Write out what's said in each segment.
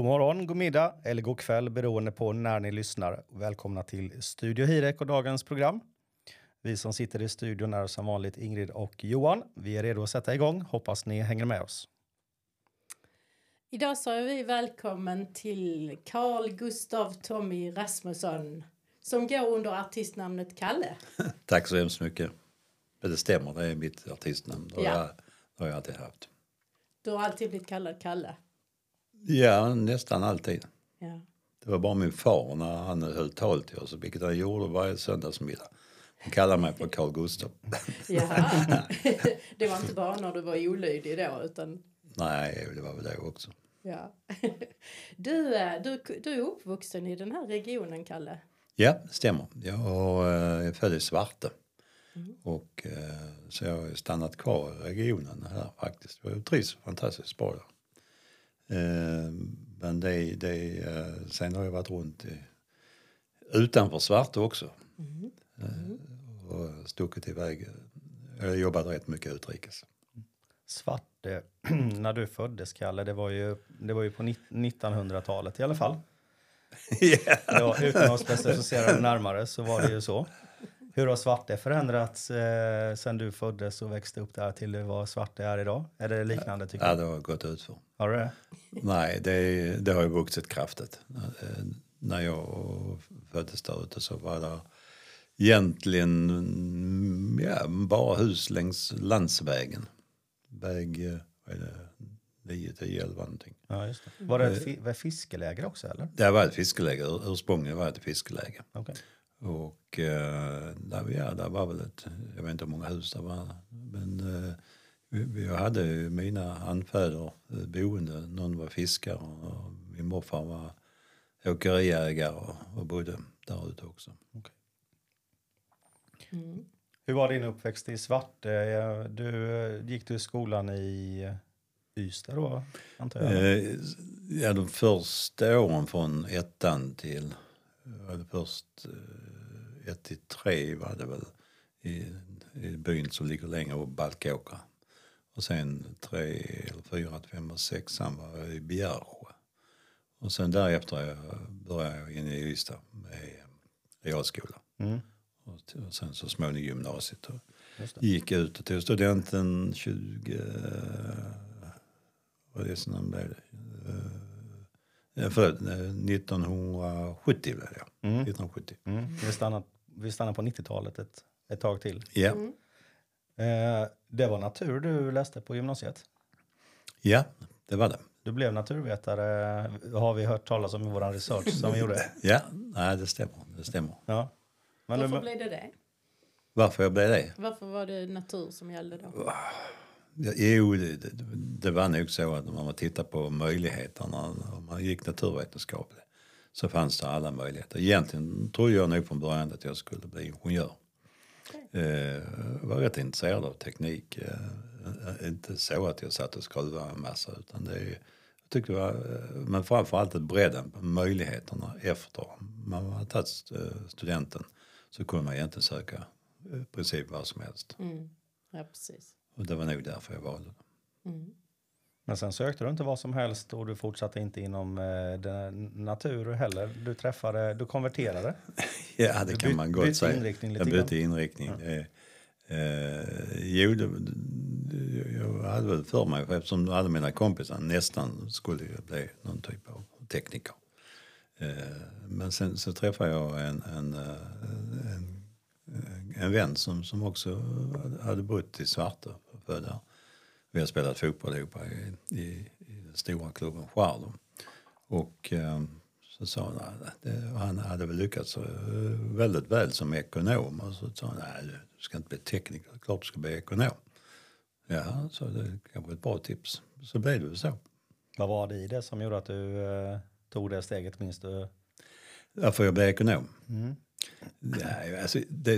God morgon, god middag eller god kväll beroende på när ni lyssnar. Välkomna till Studio Hirek och dagens program. Vi som sitter i studion är som vanligt Ingrid och Johan. Vi är redo att sätta igång. Hoppas ni hänger med oss. Idag så är vi välkommen till Carl Gustav Tommy Rasmusson som går under artistnamnet Kalle. Tack så hemskt mycket. Det stämmer, det är mitt artistnamn. Det har jag alltid haft. Du har alltid blivit kallad Kalle? Ja, nästan alltid. Ja. Det var bara min far när han höll tal till oss, vilket han gjorde varje söndagsmiddag. Han kallade mig för Carl Gustav. Jaha. Det var inte bara när du var olydig då, utan... Nej, det var väl det också. Ja. Du är uppvuxen i den här regionen, Kalle? Ja, det stämmer. Jag är född i Svarte. Och så jag har stannat kvar i regionen här faktiskt. Jag trivs fantastiskt bra där. Men sen har jag varit runt utanför Svarte också. Och stuckit iväg. Jag har jobbat rätt mycket utrikes. Svarte, när du föddes, Kalle, det var ju på 1900-talet i alla fall. Yeah. Ja, utan att specificera närmare så var det ju så. Hur har Svarte förändrats sen du föddes och växte upp där till vad Svarte är idag? Är det liknande tycker du? Ja, det har gått ut för. Har du det? Nej, det har ju vuxit kraftigt. När jag föddes där ute så var det egentligen bara hus längs landsvägen. Väg, vad är det, 9, 10, 11 någonting. Ja, just det. Var det ett fiskeläger också eller? Det var ett fiskeläger, ursprungligen var det ett fiskeläger. Okay. Och där var väl jag vet inte hur många hus det var. Men vi hade mina anfäder boende. Någon var fiskare och min morfar var åkeriägare och bodde där ute också. Okay. Hur var din uppväxt i Svarte? Gick du i skolan i Ystad då, antar jag? Ja, de första åren från 1 till... först 1 till 3 var det väl i byn som ligger längre upp, Balkåkra. Och sen 3 eller 4 till 5 och 6 var jag i Bjärsjö. Och sen därefter började jag in i Ystad med realskola. Och sen så småningom gymnasiet. Och gick ut och tog studenten 1970 blev jag. 1970. Vi stannar på 90-talet ett tag till. Ja. Det var natur du läste på gymnasiet? Ja, det var det. Du blev naturvetare, har vi hört talas om i vår research som vi gjorde. Ja, nej, det stämmer. Ja. Men varför blev det? Varför jag blev det? Varför var det natur som gällde då? Jo, det var nog så att när man tittar på möjligheterna, om man gick naturvetenskap så fanns det alla möjligheter. Egentligen tror jag nog från början att jag skulle bli ingenjör. Jag var rätt intresserad av teknik. Inte så att jag satt och skruvade en massa, utan jag tyckte det var, men framförallt bredden på möjligheterna efter. Man var tagit studenten så kunde man egentligen söka i princip vad som helst. Ja, precis. Och det var nog därför jag valde det. Men sen sökte du inte vad som helst och du fortsatte inte inom natur heller. Du konverterade. Ja, det kan man gott säga. Jag bytte inriktning. Ja. Jag hade väl för mig, eftersom alla mina kompisar nästan skulle bli någon typ av tekniker. Men sen så träffade jag en vän som också hade bott i Svarte för där. Vi har spelat fotboll ihop i den stora klubben Skärlum. Och så sa han hade väl lyckats väldigt väl som ekonom. Och så sa han, nej, du ska inte bli tekniker, klart du ska bli ekonom. Ja, så det kanske var ett bra tips. Så blev det så. Vad var det i det som gjorde att du tog det steget, minst du? Varför jag blev ekonom? Ja, alltså, det är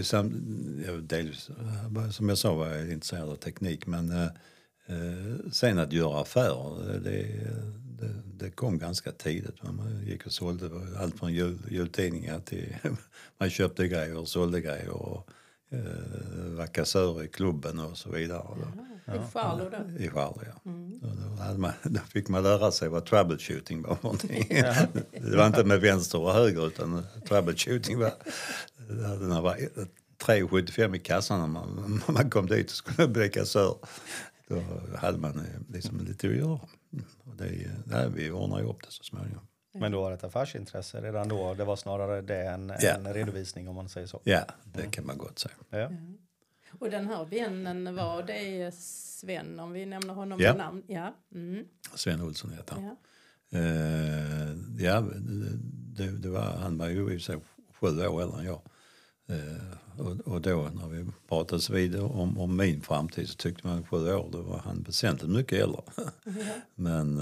som jag sa var jag intresserad av teknik, men sen att göra affärer, det kom ganska tidigt. Man gick och sålde allt från jultidningar till man köpte grejer och sålde grejer och var kassör i klubben och så vidare. I Charlo då? I Charlo, ja. Då fick man lära sig vad troubleshooting var för någonting. Det var inte med vänster och höger utan troubleshooting var... Det var 3,75 i kassan när man kom dit och skulle bli kassör. Då hade man liksom lite att göra. Och vi ordnade ju upp det så småningom. Men då var det ett affärsintresse redan då? Det var snarare det än en redovisning om man säger så? Ja, det kan man gott säga. Ja. Och den här vännen var det Sven, om vi nämner honom Ja. med namn? Ja. Sven Olsson heter han. Ja. Det var, han var ju i sig 7 år äldre än jag. Och då när vi pratades vidare om min framtid så tyckte man 7 år, då var han väsentligt mycket äldre. Men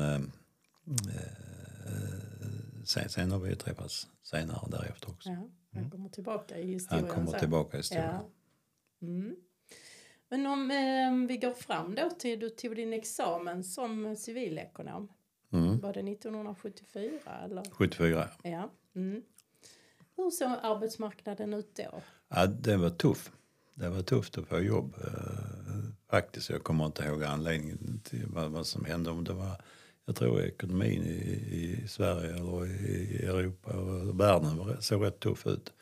sen har vi träffats senare därefter också. Ja, han kommer tillbaka i historien. Han kommer tillbaka i historien. Ja. Men om vi går fram då till du tog din examen som civilekonom. Var det 1974 eller? 74. Ja. Hur såg arbetsmarknaden ut då? Ja, det var tuff. Det var tufft att få jobb. Faktiskt, jag kommer inte ihåg anledningen till vad som hände. Om det var, jag tror ekonomin i Sverige eller i Europa och världen såg rätt tuff ut.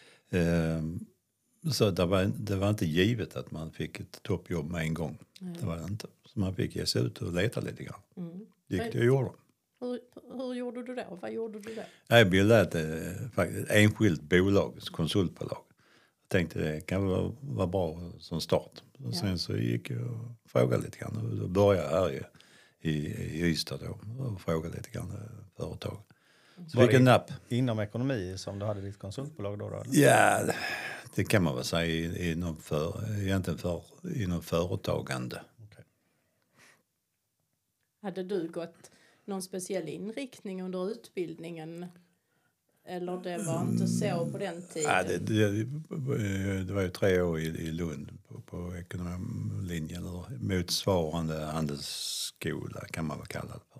Så det var inte givet att man fick ett toppjobb med en gång. Det var det inte. Så man fick ge sig ut och leta lite grann. Gick det och gjorde. Hur gjorde du då? Vad gjorde du då? Jag bildade ett enskilt bolag, ett konsultbolag. Jag tänkte det kan vara bra som start. Och sen så gick jag och frågade lite grann. Och då började jag här i Ystad då och frågade lite grann företag. Så fick en napp. Inom ekonomi som du hade ditt konsultbolag då? Eller? Ja, det kan man väl säga inom företagande. Okay. Hade du gått någon speciell inriktning under utbildningen? Eller det var inte så på den tiden? Ja, det var ju 3 år i Lund på ekonomlinjen. Eller motsvarande handelsskola kan man väl kalla det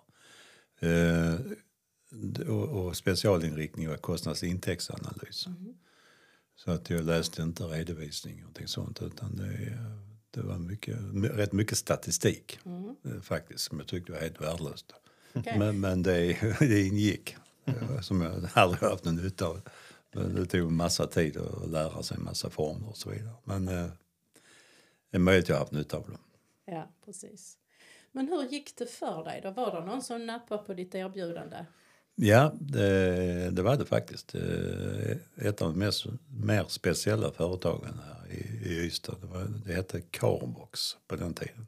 för. Och specialinriktning var kostnads- och intäktsanalys. Så att jag läste inte redovisning och någonting sånt utan det var rätt mycket statistik faktiskt som jag tyckte var helt värdelöst. Okay. Men det ingick som jag aldrig haft någon nytta av. Det tog en massa tid att lära sig en massa former och så vidare. Men det är möjligt att jag har haft nytta av det. Ja, precis. Men hur gick det för dig då? Var det någon som nappade på ditt erbjudande? Ja, det var det faktiskt. Ett av de mer speciella företagen här i Ystad. Det hette Carbox på den tiden.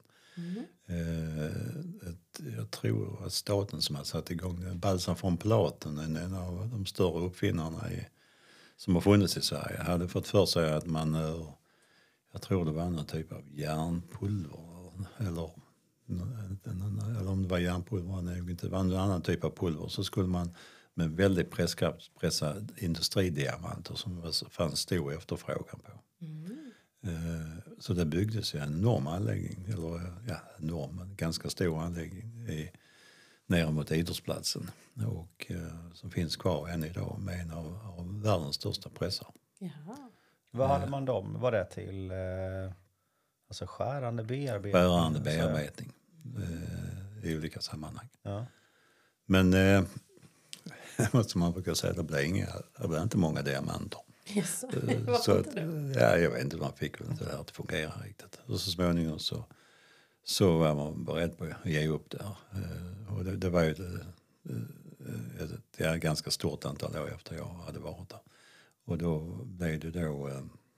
Jag tror att staten som har satt igång Balsam från Platen, en av de större uppfinnarna som har funnits i Sverige, hade fått för sig att man, jag tror det var någon typ av järnpulver eller om det var järnpulver, det var en annan typ av pulver, så skulle man med väldigt presskraft pressa industridiamanter som fanns stor efterfrågan på. Så det byggdes ju en enorm anläggning, en ganska stor anläggning nere mot idrottsplatsen och som finns kvar än idag med en av världens största pressar. Jaha. Vad hade man dem? Var det till alltså skärande bearbetning? Skärande bearbetning i olika sammanhang. Ja. Men som man brukar säga, det blev inte många diamanter. Yes. Så att, jag vet inte, man fick väl inte det här att fungera riktigt. Och så småningom så var man beredd på att ge upp det här. Och det var ju ett ganska stort antal år efter jag hade varit där. Och då blev det då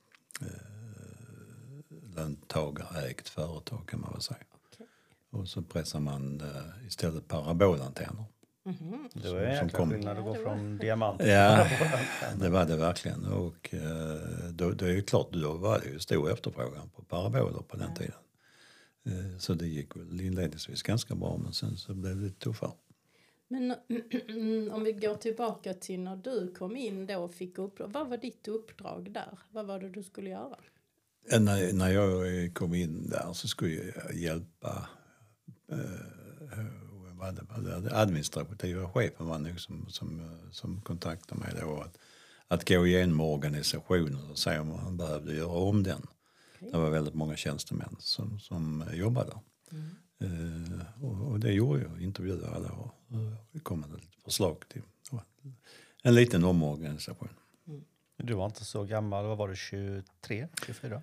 löntagarägt företag kan man väl säga. Okay. Och så pressar man istället parabolantenner. Det var en jäkla skillnad att gå från diamant. Ja, det var det verkligen. Och då är ju klart, då var det ju stor efterfrågan på paraboler på den tiden. Så det gick väl inledningsvis ganska bra, men sen så blev det lite tuffare. Men om vi går tillbaka till när du kom in då och fick uppdrag. Vad var ditt uppdrag där? Vad var det du skulle göra? När jag kom in där så skulle jag hjälpa administrativa chefen var nog som kontaktade mig då att gå igenom organisationen och se om man behövde göra om den. Det var väldigt många tjänstemän som jobbade där. Och det gjorde jag, intervjuade alla och vi kom med ett förslag till en liten omorganisation. Du var inte så gammal, vad var du, 23, 24?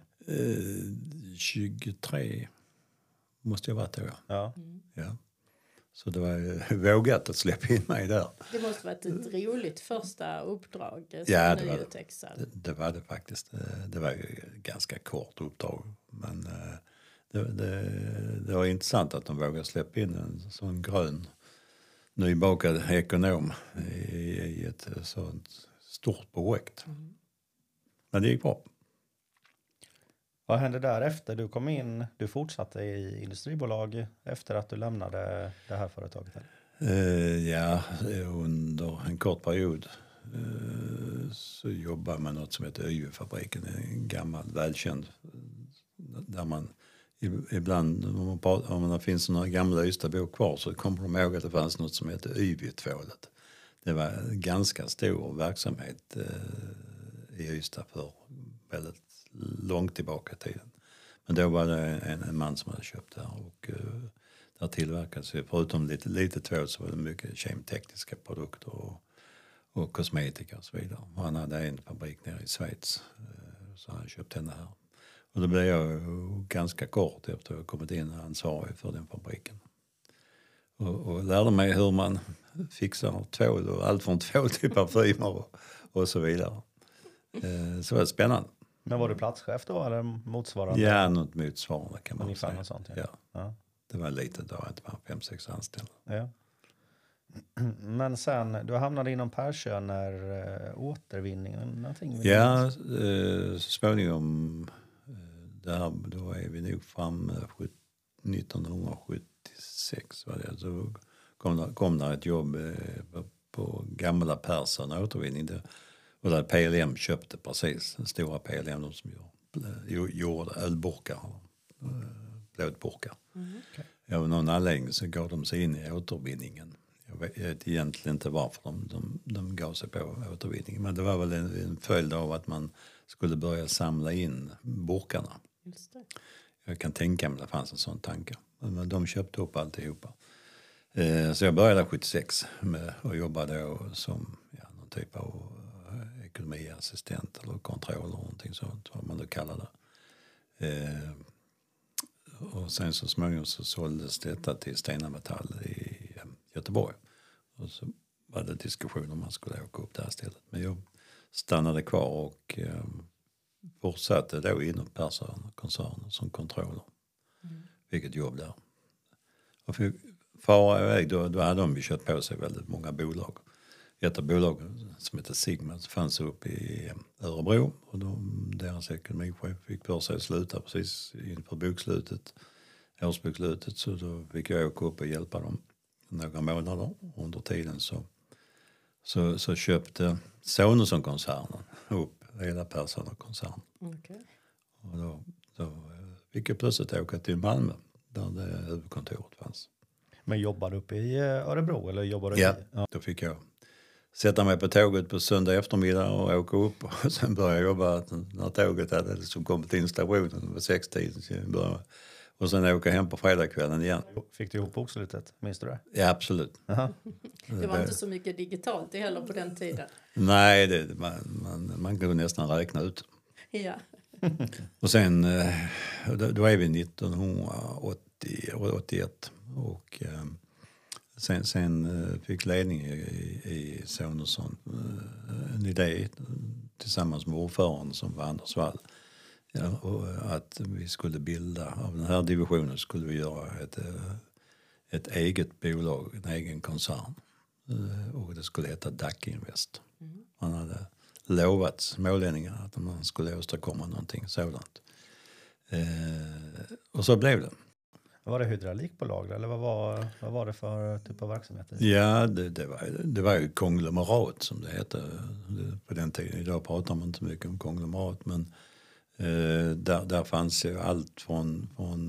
23 måste jag varit då. Ja. Ja. Så det var vågat att släppa in mig där. Det måste varit ett roligt första uppdrag som Ja, nyutexad. det var det faktiskt. Det var ju ganska kort uppdrag. Men det var intressant att de vågade släppa in en sån grön nybakad ekonom i ett sånt stort projekt. Men det gick bra. Vad hände därefter? Du kom in, du fortsatte i industribolag efter att du lämnade det här företaget? Ja, under en kort period så jobbade man något som heter YV-fabriken, en gammal välkänd där man ibland om det finns några gamla Ystadbor kvar så kommer de ihåg att det fanns något som heter YV-tvålet. Det var en ganska stor verksamhet i Ystad för väldigt långt tillbaka i tiden. Men då var det en man som hade köpt det här och där tillverkades förutom lite tvål så var det mycket kemtekniska produkter och kosmetika och så vidare. Och han hade en fabrik nere i Schweiz så han köpte den här. Och då blev jag ganska kort efter att jag kommit in ansvarig för den fabriken. Och lärde mig hur man fixar tvål och allt från tvål till parfymer och så vidare. Så var det spännande. Men var du platschef då eller motsvarande? Ja, något motsvarande kan man Ungefär säga. något sånt, Ja. Ja. Det var lite då att det var 5-6 anställda. Ja. Men sen, du hamnade inom Persöner återvinning någonting? Ja, så småningom där, då är vi nog framme 1976 var det. Så kom där ett jobb på gamla Persöner återvinning. Och där PLM köpte precis, den stora PLM de som gjorde ölburkar, blåtburkar. Okay. Av någon anledning så gav de sig in i återvinningen. Jag vet egentligen inte varför de gav sig på återvinningen. Men det var väl en följd av att man skulle börja samla in burkarna. Just det. Jag kan tänka mig att det fanns en sån tanke. Men de köpte upp alltihopa. Så jag började 76 och jobbade då som någon typ av ekonomiassistent eller kontroll eller någonting sånt, vad man då kallar det. Och sen så småningom så såldes detta till Stena Metall i Göteborg. Och så var det diskussion om man skulle åka upp det här stället. Men jag stannade kvar och fortsatte då inom Persöner-koncernen som kontroller. Vilket jobb där. Och för fara iväg då hade de köpt på sig väldigt många bolag. Ett av bolagen som heter Sigma fanns upp i Örebro och deras ekonomichef fick för sig att sluta precis inför årsbokslutet så då fick jag åka upp och hjälpa dem några månader. Under tiden så köpte Sonesson-koncernen upp hela Persöner-koncernen. Okay. Och då fick jag plötsligt åka till Malmö där det huvudkontoret fanns. Men jobbar du uppe i Örebro eller jobbar du Ja, då fick jag sätta mig på tåget på söndag eftermiddag och åka upp och sen började jag jobba när tåget hade liksom kommit in stationen vid 6-tiden. Och sen åka hem på fredagskvällen igen. Fick du ihop bokslutet, minns du det? Ja, absolut. Det var inte så mycket digitalt heller på den tiden. Nej, man kunde nästan räkna ut. Ja. Och sen, då är vi 1981 och sen fick ledningen i Sonesson en idé tillsammans med ordföranden som var Anders Wall. Ja, och att vi skulle bilda, av den här divisionen skulle vi göra ett eget bolag, en egen koncern. Och det skulle heta DAC Invest. Man hade lovat smålänningarna att man skulle åstadkomma någonting sådant. Och så blev det. Var det hydraulikbolag eller vad var det för typ av verksamhet? Ja, det var ju konglomerat som det hette på den tiden. Idag pratar man inte mycket om konglomerat men där fanns ju allt från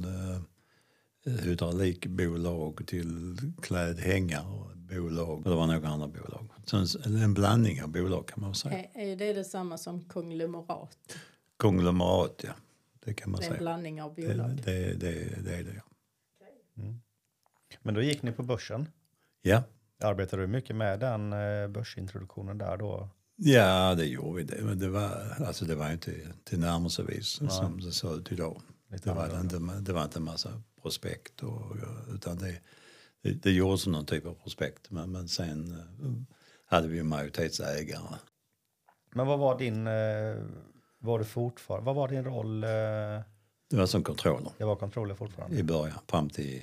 hydraulikbolag till klädhängarbolag och det var några andra bolag. Så en blandning av bolag kan man säga. Är det detsamma som konglomerat? Konglomerat, ja. Det kan man Det är säga. en blandning av bolag. Det är det, ja. Men då gick ni på börsen. Ja. Arbetade du mycket med den börsintroduktionen där då? Ja, det gjorde vi det. Men det var inte till närmelsevis som det såg ut idag. Det var inte en massa prospekt. Utan det gjordes som någon typ av prospekt. Men sen hade vi majoritetsägare. Men vad var din... Vad var din roll? Det var som kontroller. Jag var kontroller fortfarande. I början, fram till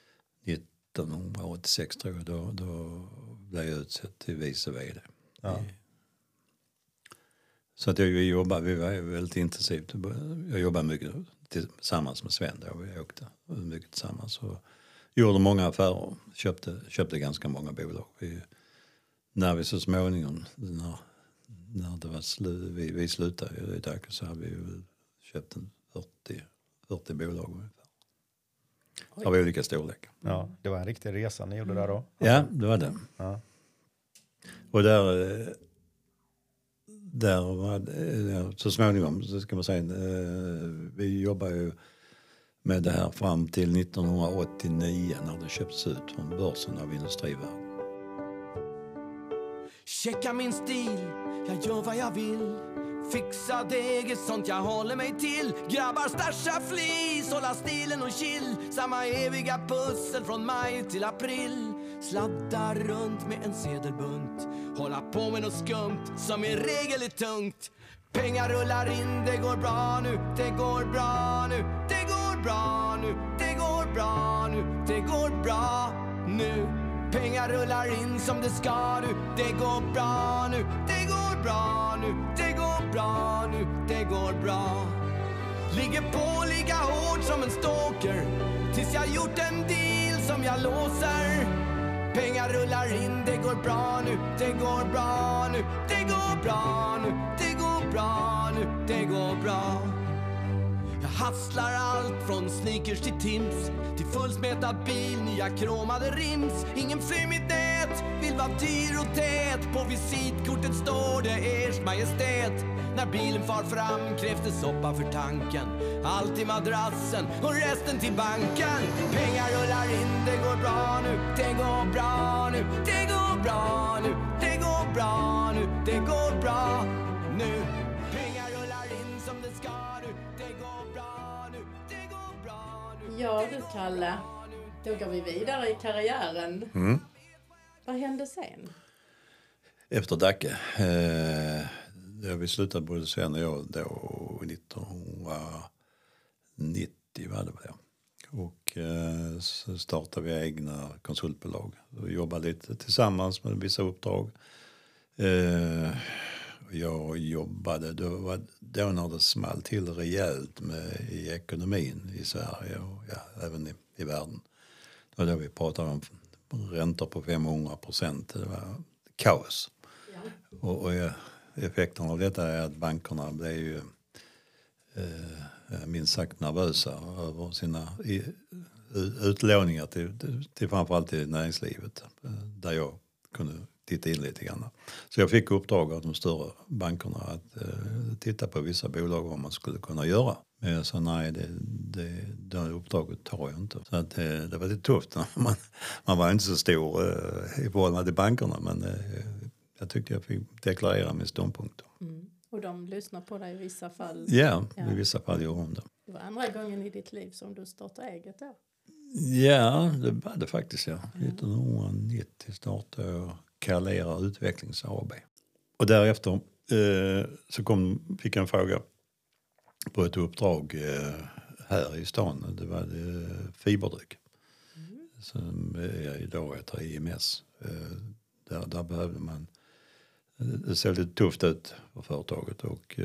1986 tror jag. Då blev jag utsedd till vice vd. Ja. Så att vi var väldigt intensivt. Jag jobbade mycket tillsammans med Sven då. Vi åkte mycket tillsammans och gjorde många affärer. Köpte ganska många bolag. När vi så småningom, när det var vi slutade i Daco, så hade vi köpt 40 bolag ungefär. Av olika storlekar. Ja, det var en riktig resa ni gjorde där då. Ja, det var det. Ja. Och där var så småningom, så ska man säga, vi jobbar ju med det här fram till 1989 när det köptes ut från börsen av Industrivärden. Checka min stil, jag gör vad jag vill. Fixa deg är sånt jag håller mig till. Grabbar stasha flis, hålla stilen och chill. Samma eviga pussel från maj till april. Sladda runt med en sedelbunt. Hålla på med något skumt som i regel är tungt. Pengar rullar in, det går bra nu. Det går bra nu, det går bra nu. Det går bra nu, det går bra nu. Pengar rullar in som det ska nu. Det går bra nu, det går bra nu. Det går bra nu, det går bra. Ligger på lika hårt som en stalker tills jag gjort en deal som jag låser. Pengar rullar in, det går bra nu. Det går bra nu, det går bra nu. Det går bra nu, det går bra. Jag hasslar allt från sneakers till Tims, till fullsmetad bil, nya kromade rims. Ingen flyr mitt nät, vill vara dyr och tät. På visitkortet står det Ers Majestät. När bilen far fram krävs det soppa för tanken. Allt i madrassen och resten till banken. Pengar rullar in, det går bra nu. Det går bra nu, det går bra nu. Det går bra nu, det går bra nu. Pengar rullar in som det ska nu. Det går bra nu, det går bra nu. Ja du Kalle, då går vi vidare i karriären. Vad hände sen? Efter Dacke, vi slutade både Sven och jag då 1990 var det väl. Och så startade vi egna konsultbolag. Vi jobbade lite tillsammans med vissa uppdrag. Jag jobbade då när det small till rejält i ekonomin i Sverige och även i världen. Det var då vi pratade om räntor på 500%. Det var kaos. Ja. Och effekten av detta är att bankerna blev ju minst sagt nervösa över sina utlåningar till framförallt till näringslivet, där jag kunde titta in lite grann. Så jag fick uppdrag av de större bankerna att titta på vissa bolag vad man skulle kunna göra. Men jag sa nej, det uppdraget tar jag inte. Så att det var lite tufft. Man var inte så stor i förhållande till bankerna, men jag tyckte jag fick deklarera min ståndpunkt. Och de lyssnar på dig i vissa fall? Ja, i vissa fall gjorde de det. Det var andra gången i ditt liv som du startade eget då? Ja, det var det faktiskt. 1990 startade jag Kalera Utvecklings AB. Och därefter fick jag en fråga på ett uppdrag här i stan. Det var fiberdryck. Som idag heter IMS. Där behövde man... Det såg lite tufft ut för företaget och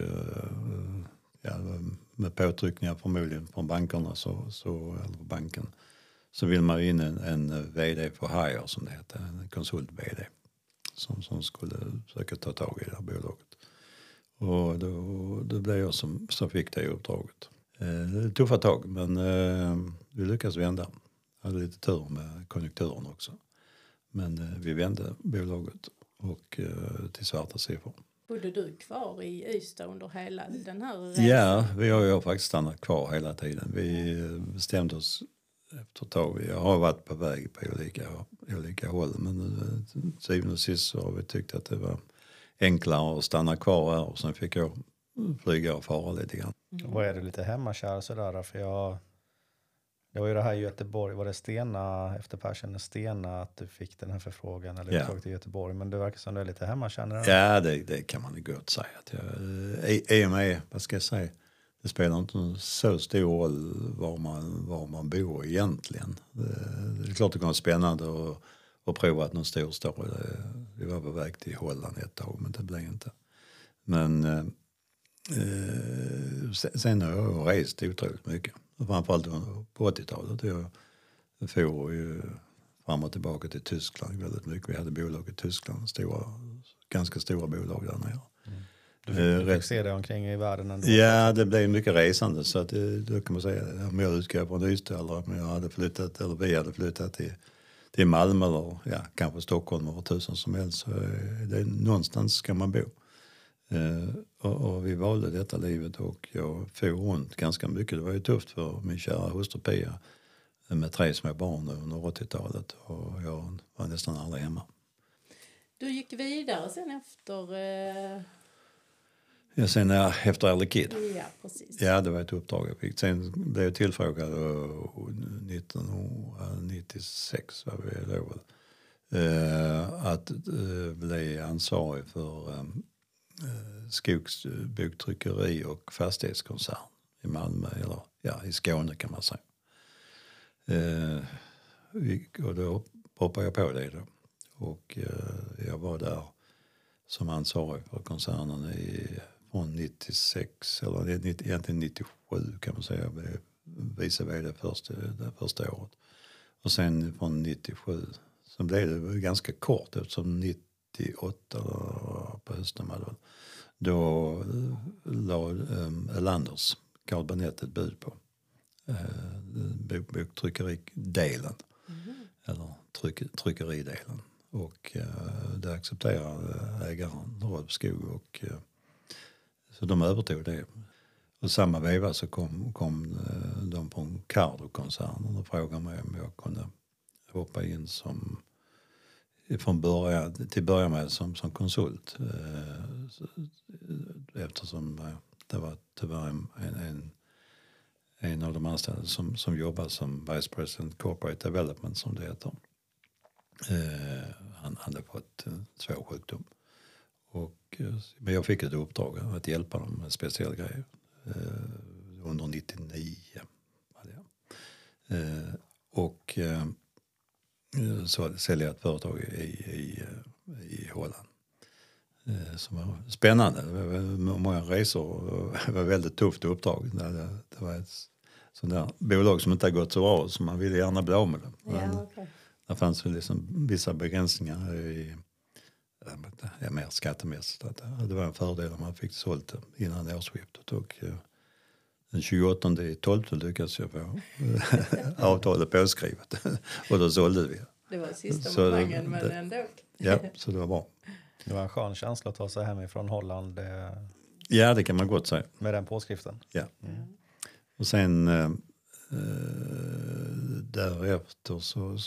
med påtryckningar förmodligen från bankerna eller banken så vill man in en vd för hire som det heter, en konsult-vd som skulle försöka ta tag i det här bolaget. Och då blev jag som fick det uppdraget. Tuffa tag, men vi lyckades vända. Jag hade lite tur med konjunkturen också. Men vi vände bolaget och till svarta siffror. Bodde du kvar i Ystad under hela den här resan? Ja, vi har ju faktiskt stannat kvar hela tiden. Vi bestämde oss efter ett tag. Jag har varit på väg på olika håll, men syvende och sist så har vi tyckt att det var enklare att stanna kvar här och sen fick jag flyga och fara lite grann. Vad är det lite hemmakär sådär? För det var ju det här i Göteborg, var det Stena, efter Persson Stena, att du fick den här förfrågan eller uppdrag till Göteborg, men det verkar som du är lite hemmakär. Ja, det kan man ju gott säga. Att i och med, vad ska jag säga, det spelar inte så stor roll var man bor egentligen. Det är klart det kan vara spännande att prova att någon stor stad. Vi var på väg till Holland ett tag, men det blev inte. Men sen har jag rest otroligt mycket. Framförallt på 80-talet. Jag får ju fram och tillbaka till Tyskland väldigt mycket. Vi hade bolag i Tyskland, ganska stora bolag där nere. Du fick se det omkring i världen ändå? Ja, det blev mycket resande, så att då kan man säga, om jag utgår från Ystad eller om jag hade flyttat, eller vi hade flyttat till Malmö eller kanske Stockholm eller 1000 som helst, så någonstans ska man bo. Och vi valde detta livet och jag får runt ganska mycket. Det var ju tufft för min kära hustru Pia med 3 små barn under 80-talet och jag var nästan aldrig hemma. Du gick vidare sen efter... Ja, sen efter Early Kid. Ja, precis. Ja, det var ett uppdrag jag fick. Sen blev jag tillfrågad 1996 var vi då, att bli ansvarig för skogsbogtryckeri och fastighetskoncern i Malmö, eller i Skåne kan man säga. Och då hoppade jag på det då. Och jag var där som ansvarig för koncernen från 96, eller egentligen 97 kan man säga. Jag blev vice vd det första året. Och sen från 97 så blev det ganska kort eftersom 98 på hösten var det. Då la Elanders, Carl Burnett, ett bud på boktryckeridelen. Eller tryckeridelen. Och det accepterade ägaren Rolf Skog och så de övertog det. Och samma veva så kom de från Cardo-koncernen och frågade mig om jag kunde hoppa in till början med som konsult. Eftersom det var tyvärr en av de anställda som jobbar som Vice President Corporate Development som det heter. Han hade fått svår sjukdom. Men jag fick ett uppdrag att hjälpa dem med speciella grejer. Under 99 hade jag. Och så säljer jag ett företag i Holland. Som var spännande. Det var många resor och det var väldigt tufft uppdrag. Det var ett sånt där bolag som inte har gått så bra så man ville gärna bli av med det. Men det fanns väl liksom vissa begränsningar mer skattemässigt. Det var en fördel om man fick sålt det innan årsskiftet. Och den 28/12 lyckades jag få avtalet påskrivet. Och då sålde vi. Det var sista omgången, men ändå. Ja, så det var bra. Det var en skön känsla att ta sig hemifrån Holland. Ja, det kan man gott säga. Med den påskriften. Ja. Och sen därefter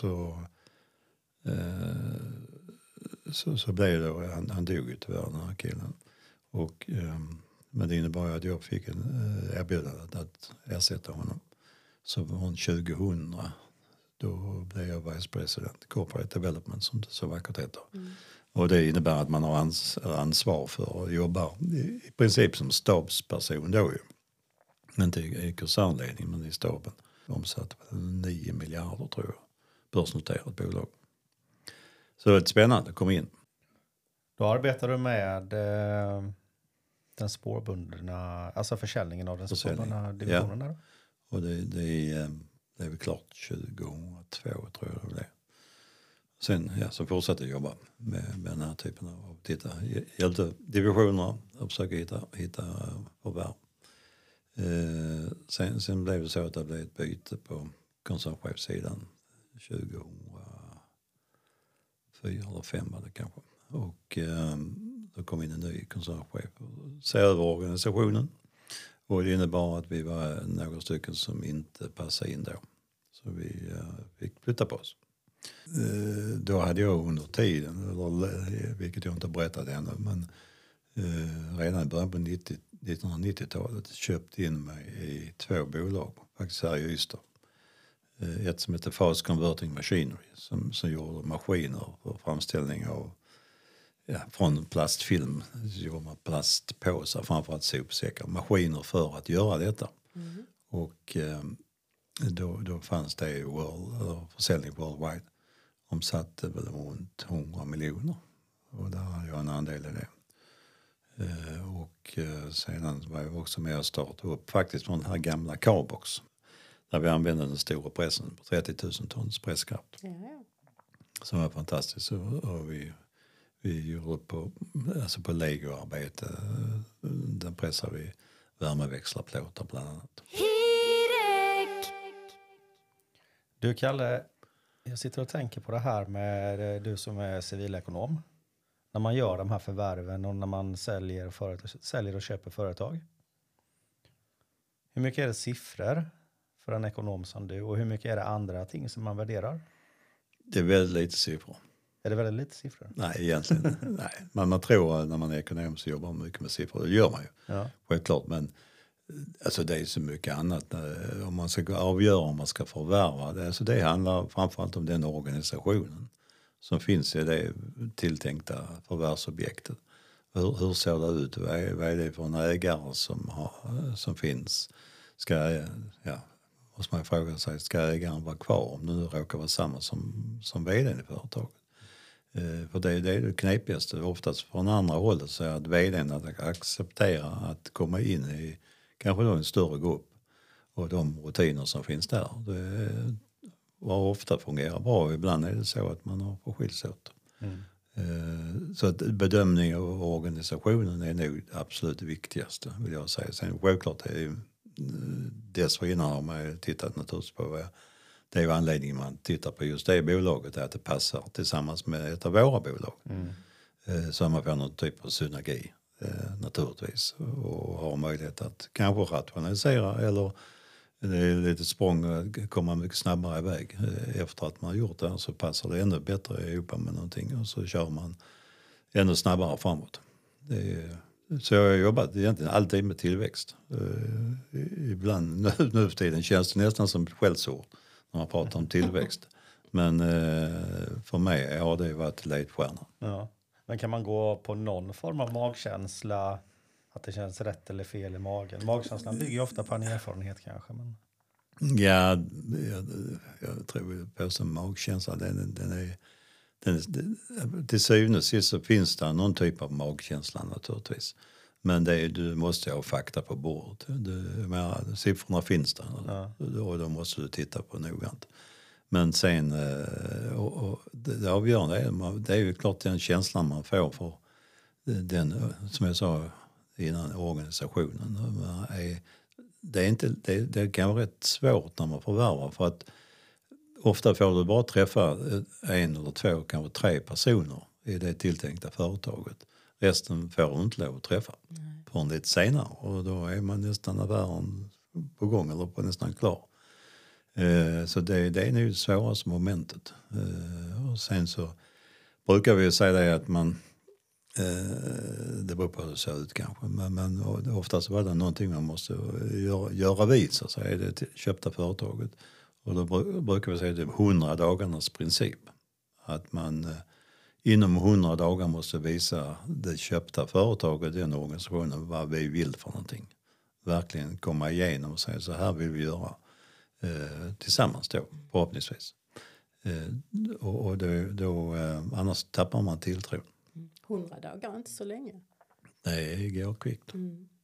så blev det då, han dog ju tyvärr den här killen. Och, men det innebar att jag fick en erbjudande att ersätta honom. Så från 2000 då blev jag Vice President Corporate Development som det så vackert heter. Och det innebär att man har ansvar för att jobba i princip som stabsperson då ju. Inte i koncernledning men i staben. Omsatt 9 miljarder tror jag. Börsnoterat bolag. Så det är spännande att komma in. Då arbetar du med den spårbundna, alltså försäljningen av den spårbundna divisionen där. Och det är väl klart 2002 tror jag det är. Sen så fortsatte jag jobba med den här typen av hjälpte divisionerna och försöka hitta förvärv. Sen blev det så att det blev ett byte på koncernchefssidan 2004 eller 2005 var det kanske. Och Då kom in en ny koncernchef och se över organisationen. Och det innebar att vi var några stycken som inte passade in då. Så vi fick flytta på oss. Då hade jag under tiden, vilket jag inte berättat ännu, men redan i början på 1990-talet köpt in mig i 2 bolag, faktiskt här i Ystad. Ett som heter Fast Converting Machinery som gjorde maskiner för framställning av från plastfilm, gjorde man plastpåsar, framförallt sopsäckar, maskiner för att göra detta. Och då fanns det försäljning worldwide. Omsatte väl runt 100 miljoner och där hade jag en andel i det. Och sedan var jag också med och startade upp faktiskt från den här gamla Carbox där vi använde den stora pressen på 30 000 tons presskraft. Som var fantastiskt. Och vi gjorde på legoarbete. Där pressade vi värmeväxlarplåtar bland annat. Du Kalle, jag sitter och tänker på det här med du som är civilekonom. När man gör de här förvärven och när man säljer och köper företag. Hur mycket är det siffror för en ekonom som du och hur mycket är det andra ting som man värderar? Det är väldigt lite siffror. Är det väldigt lite siffror? Nej, egentligen nej. Man tror att när man är ekonom så jobbar man mycket med siffror. Det gör man ju, självklart. Men alltså det är så mycket annat. Om man ska avgöra om man ska förvärva det. Alltså det handlar framförallt om den organisationen som finns i det tilltänkta förvärvsobjektet. Hur ser det ut? Vad är det för en ägare som finns? Måste man fråga sig, ska ägaren vara kvar om det nu råkar vara samma som vdn i företaget? För det är det knepigaste. Oftast från andra hållet så är att vdn att acceptera att komma in i kanske då en större grupp och de rutiner som finns där. Det var ofta fungerar bra. Ibland är det så att man har förskiljs åt. Så att bedömning av organisationen är nog absolut viktigaste, vill jag säga. Sen självklart är det dessförinnan har man tittat naturligtvis på det är ju anledningen man tittar på just det bolaget är att det passar tillsammans med ett av våra bolag. Så man får någon typ av synergi naturligtvis och har möjlighet att kanske rationalisera eller det är lite språng att komma mycket snabbare iväg. Efter att man har gjort det så passar det ännu bättre ihop med någonting och så kör man ännu snabbare framåt. Så jag har jobbat egentligen alltid med tillväxt. Ibland nu för tiden känns det nästan som skällsord när man pratar om tillväxt. Men för mig har det varit ledstjärnan. Ja. Men kan man gå på någon form av magkänsla att det känns rätt eller fel i magen? Magkänslan bygger ju ofta på en erfarenhet kanske. Men... Ja, jag tror på som magkänsla till syvende och sist så finns det någon typ av magkänsla naturligtvis. Men du måste ha fakta på bordet. Siffrorna finns där och då måste du titta på noggrant. Men sen, det avgörande det är ju klart den känslan man får för den, som jag sa innan, organisationen. Det kan vara rätt svårt när man förvärvar för att ofta får du bara träffa 1 eller 2, kanske 3 personer i det tilltänkta företaget. Resten får du inte lov att träffa förrän lite senare och då är man nästan affären på gång eller på nästan klar. Så det är nog det svåraste momentet. Och sen så brukar vi säga det att man det beror på hur det ser ut kanske. Men oftast var det någonting man måste göra vid så att säga, det köpta företaget. Och då brukar vi säga det 100 dagarnas princip. Att man inom 100 dagar måste visa det köpta företaget, den organisationen, vad vi vill för någonting. Verkligen komma igenom och säga så här vill vi göra tillsammans då, förhoppningsvis. Och då annars tappar man tilltro. 100 dagar, inte så länge. Det går kvickt.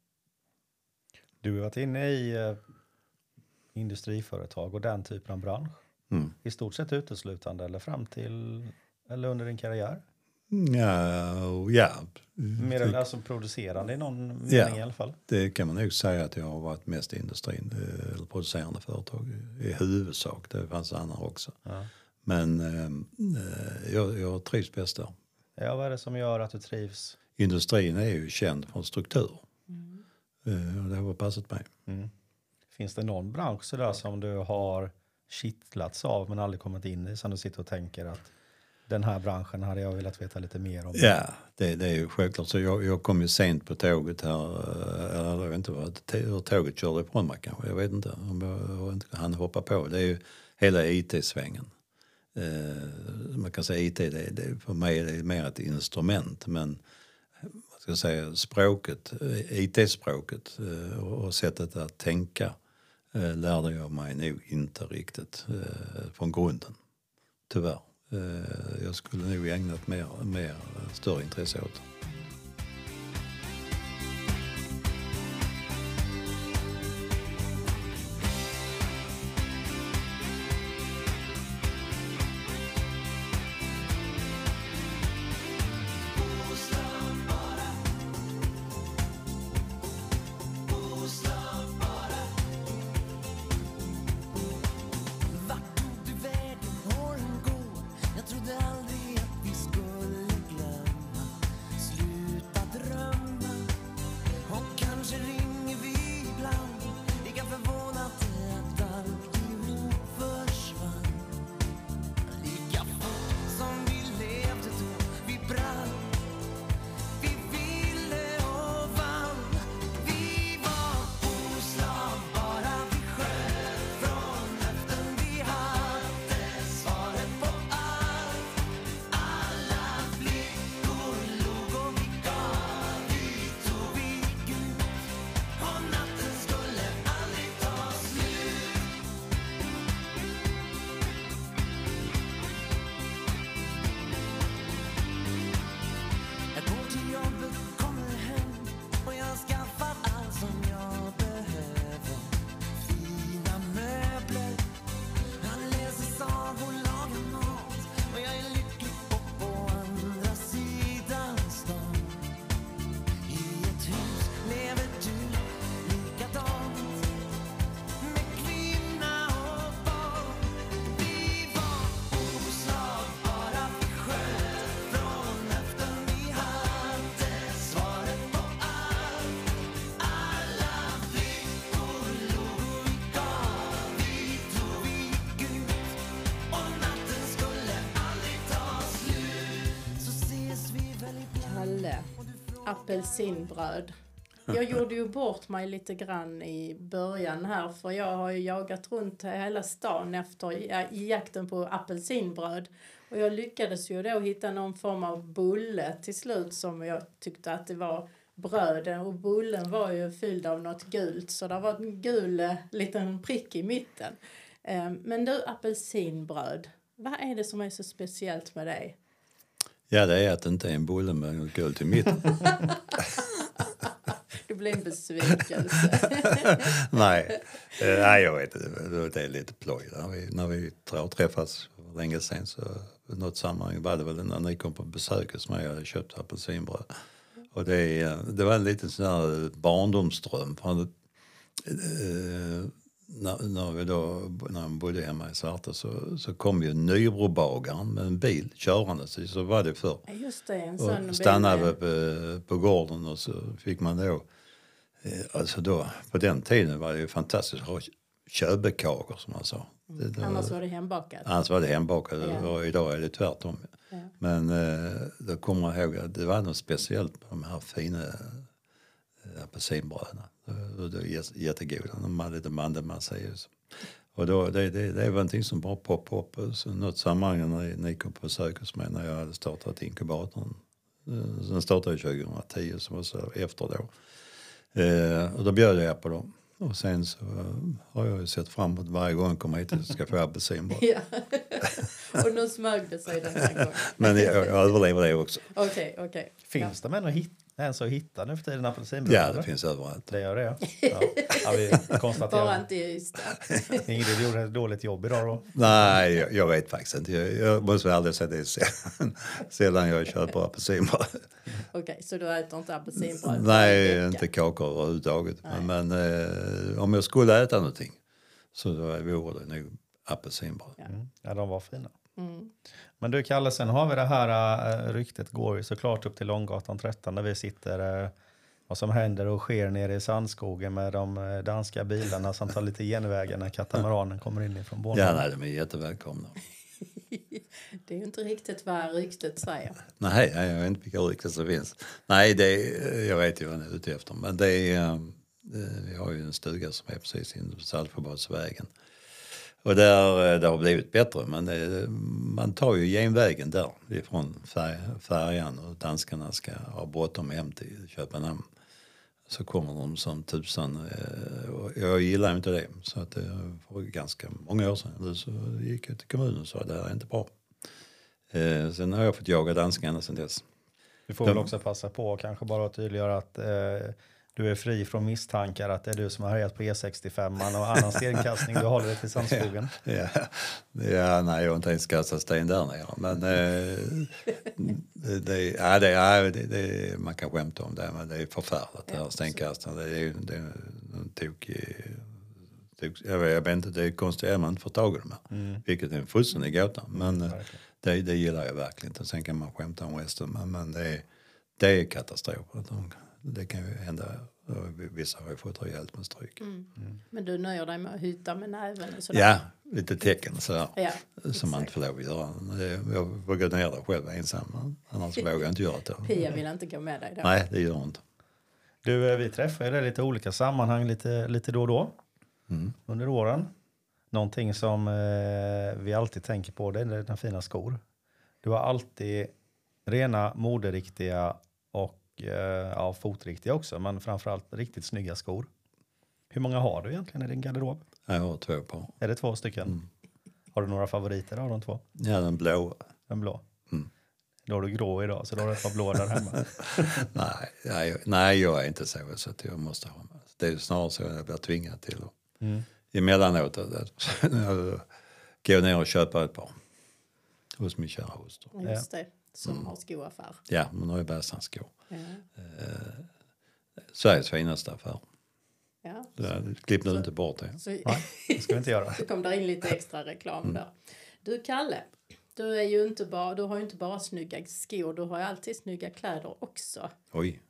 Du har varit inne i industriföretag och den typen av bransch. I stort sett uteslutande eller fram till eller under din karriär? Ja. Mer eller alltså producerande i någon mening i alla fall? Det kan man nog säga att jag har varit mest i industrin eller producerande företag i huvudsak. Det fanns andra också. Ja. Men jag trivs bäst där. Ja, vad är det som gör att du trivs? industrin är ju känd från struktur. Och det har passat mig. Finns det någon bransch så där som du har kittlats av men aldrig kommit in i, som du sitter och tänker att den här branschen hade jag velat veta lite mer om? Ja, det är ju självklart. Så jag kom ju sent på tåget här. Jag vet inte hur tåget körde ifrån mig kanske. Jag vet inte om jag inte hann hoppa på. Det är ju hela IT-svängen. Man kan säga IT, det för mig är det mer ett instrument. Men vad ska jag säga, språket, IT-språket och sättet att tänka lärde jag mig nog inte riktigt från grunden. Tyvärr. Jag skulle nog ägnat mer större intresse åt. Apelsinbröd. Jag gjorde ju bort mig lite grann i början här, för jag har ju jagat runt hela stan i jakten på apelsinbröd. Och jag lyckades ju då hitta någon form av bulle till slut som jag tyckte att det var bröd. Och bullen var ju fylld av något gult, så det var en gul liten prick i mitten. Men du, apelsinbröd, vad är det som är så speciellt med dig? Ja, det är att det inte är en bulle med något gult i mitten. Det blir en besvikelse. Nej, jag vet inte. Det är lite ploj. När vi träffas för länge sedan så något sammanhang var det väl när ni kom på besök som jag hade köpt apelsinbröd. Och det var en liten sån här barndomsdröm. När jag bodde hemma i Svarta så kom ju Nybrobagaren med en bil körande, så var det för. Just det, en sån stannade på gården och så fick man då, alltså då, på den tiden var det ju fantastiskt att ha köbekakor som man sa. Annars var det hembakat. Annars var det hembakat, och idag är det tvärtom. Ja. Men då kommer jag ihåg att det var något speciellt på de här fina apelsinbröderna. Det är jättegoda. De hade lite mandelmassa i. Och då, det var någonting som bara poppade upp. Så något sammanhang när ni kom på besök hos mig när jag hade startat inkubatorn. Sen startade jag 2010, som var så efter då. Och då bjöd jag på dem. Och sen så har jag ju sett fram emot varje gång jag kommer hit och ska få apelsinbröd. Ja. Och nu smög det sig den här gången. Men jag överlever det också. Okej. Finns det ens att hitta nu för tiden apelsinbröd? Ja, det finns överallt. Det gör det, ja. Vi konstaterar. Bara inte just det. Ingrid gjorde ett dåligt jobb idag då. Nej, jag vet faktiskt inte. Jag måste aldrig säga det sedan jag köper apelsinbröd. Okej, så du äter inte apelsinbröd? Nej, inte kakor överhuvudtaget. Men om jag skulle äta någonting så vore det nog apelsinbröd. Ja, de var fina. Men du Kalle, sen har vi det här ryktet går ju såklart upp till Långgatan 13 där vi sitter. Vad som händer och sker nere i Sandskogen med de danska bilarna som tar lite genvägar när katamaranen kommer in från Bornholm. Ja, nej, de är jättevälkomna. Det är ju inte riktigt vad ryktet säger. Nej, jag vet inte vilka rykten som finns. Nej, jag vet ju vad jag är ute efter. Men det är, vi har ju en stuga som är precis in på Saltsjöbadsvägen. Och där det har blivit bättre, men man tar ju genvägen där ifrån färjan och danskarna ska ha bråttom hem till Köpenhamn. Så kommer de som tusan. Och jag gillar inte det. Så att för ganska många år sedan så gick jag till kommunen och sa det här är inte bra. Sen har jag fått jaga danskarna sedan dess. Du får väl också passa på och kanske bara tydliggöra att du är fri från misstankar att det är du som har härjat på E65 och annan stenkastning. Du håller dig till Sandskogen. Ja, nej, jag har inte ens kastat sten där nere. Men man kan skämta om det, men det är förfärligt. Det här stenkastande. Det är en tokig... Jag vet inte, det är konstigt att man inte får tag i dem här. Vilket är en fullständig gåta. Men det gillar jag verkligen inte. Sen kan man skämta om resten. Men det är katastrof. Det kan ju hända. Vissa har ju fått rejält med stryk. Men du nöjer dig med att hytta med näven och sådär? Ja, lite tecken sådär. Ja, som man inte får lov att göra. Jag vågar ner där själv ensam. Annars vågar jag inte göra det. Pia vill inte gå med dig då? Nej, det gör hon inte. Du, vi träffar ju dig i lite olika sammanhang lite då och då. Under åren. Någonting som vi alltid tänker på, det är dina fina skor. Du har alltid rena, moderiktiga och fotriktiga också, men framförallt riktigt snygga skor. Hur många har du egentligen i din garderob? Jag har 2 par. Är det 2 stycken? Har du några favoriter av de 2? Ja, den blå. Den blå? Då har du grå idag, så då har du ett par blå där hemma. nej, jag är inte så att jag måste ha. Det är snarare så att jag blir tvingad till att emellanåt gå ner och köpa ett par hos min kära hustru. Just det, som har skoaffär. Ja, man har ju bästa skor. Ja. Sveriges finaste affär. Ja. Klipp nu inte bort det. Så, Nej, det ska vi inte göra. så kom där in lite extra reklam där. Du Kalle, du har ju inte bara snygga skor, du har ju alltid snygga kläder också. Oj.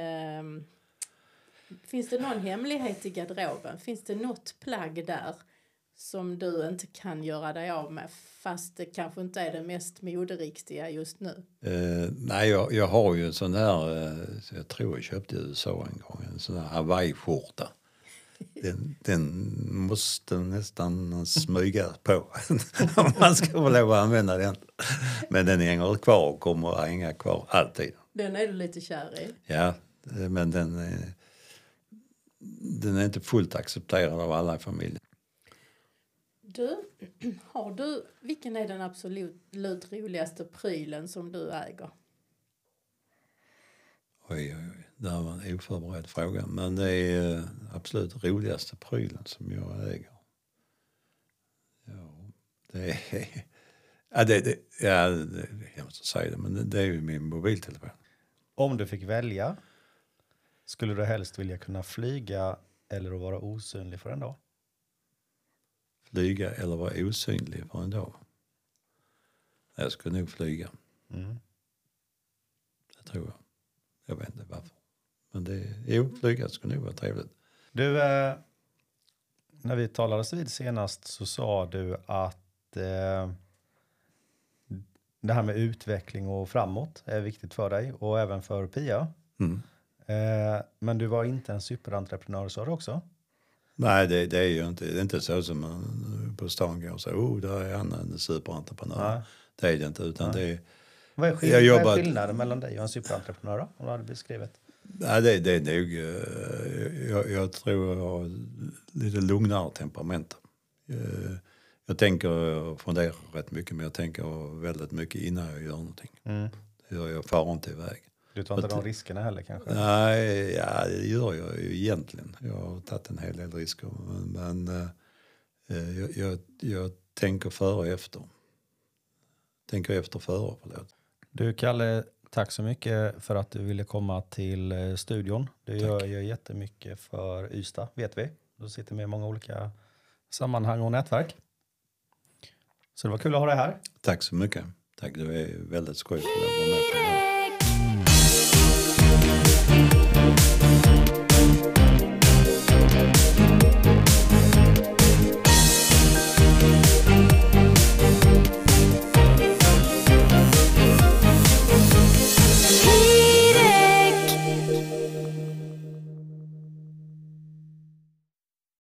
Finns det någon hemlighet i garderoben? Finns det något plagg där som du inte kan göra dig av med, fast det kanske inte är det mest moderiktiga just nu? Nej, jag har ju en sån där, jag tror jag köpte i USA en gång, en sån där Hawaii-skjorta. Den måste nästan smyga på om man ska få lov att använda den. Men den hänger kvar och kommer att hänga kvar alltid. Den är du lite kär i? Ja, men den är inte fullt accepterad av alla i familjen. Vilken är den absolut roligaste prylen som du äger? Oj. Det här var en oförberedd fråga. Men det är absolut roligaste prylen som jag äger. Ja, det är... jag måste säga det, men det är ju min mobiltelefon. Om du fick välja, skulle du helst vilja kunna flyga eller att vara osynlig för en dag? Flyga eller vara osynlig för en dag? Jag skulle nog flyga. Det tror jag. Jag vet inte varför. Men flyga skulle nog vara trevligt. Du, när vi talades vid senast så sa du att det här med utveckling och framåt är viktigt för dig och även för Pia. Men du var inte en superentreprenör, sa du också? Nej, det är ju inte. Det är inte så som man på stan går och säger, där är han en superentreprenör. Nej. Det är det inte, utan det är... Vad är skillnaden mellan dig och en superentreprenör då? Om du hade beskrivit. Nej, det är nog... Jag tror jag har lite lugnare temperament. Jag tänker och funderar rätt mycket, men jag tänker väldigt mycket innan jag gör någonting. Jag far inte iväg. Du tar inte de riskerna heller kanske? Nej, det gör jag ju egentligen. Jag har tagit en hel del risker. Men jag tänker före och efter. Tänker efter före, förlåt. Du Kalle, tack så mycket för att du ville komma till studion. Du gör ju jättemycket för Ystad, vet vi. Du sitter med i många olika sammanhang och nätverk. Så det var kul att ha dig här. Tack så mycket. Tack, det är väldigt skoj att få vara med på det här.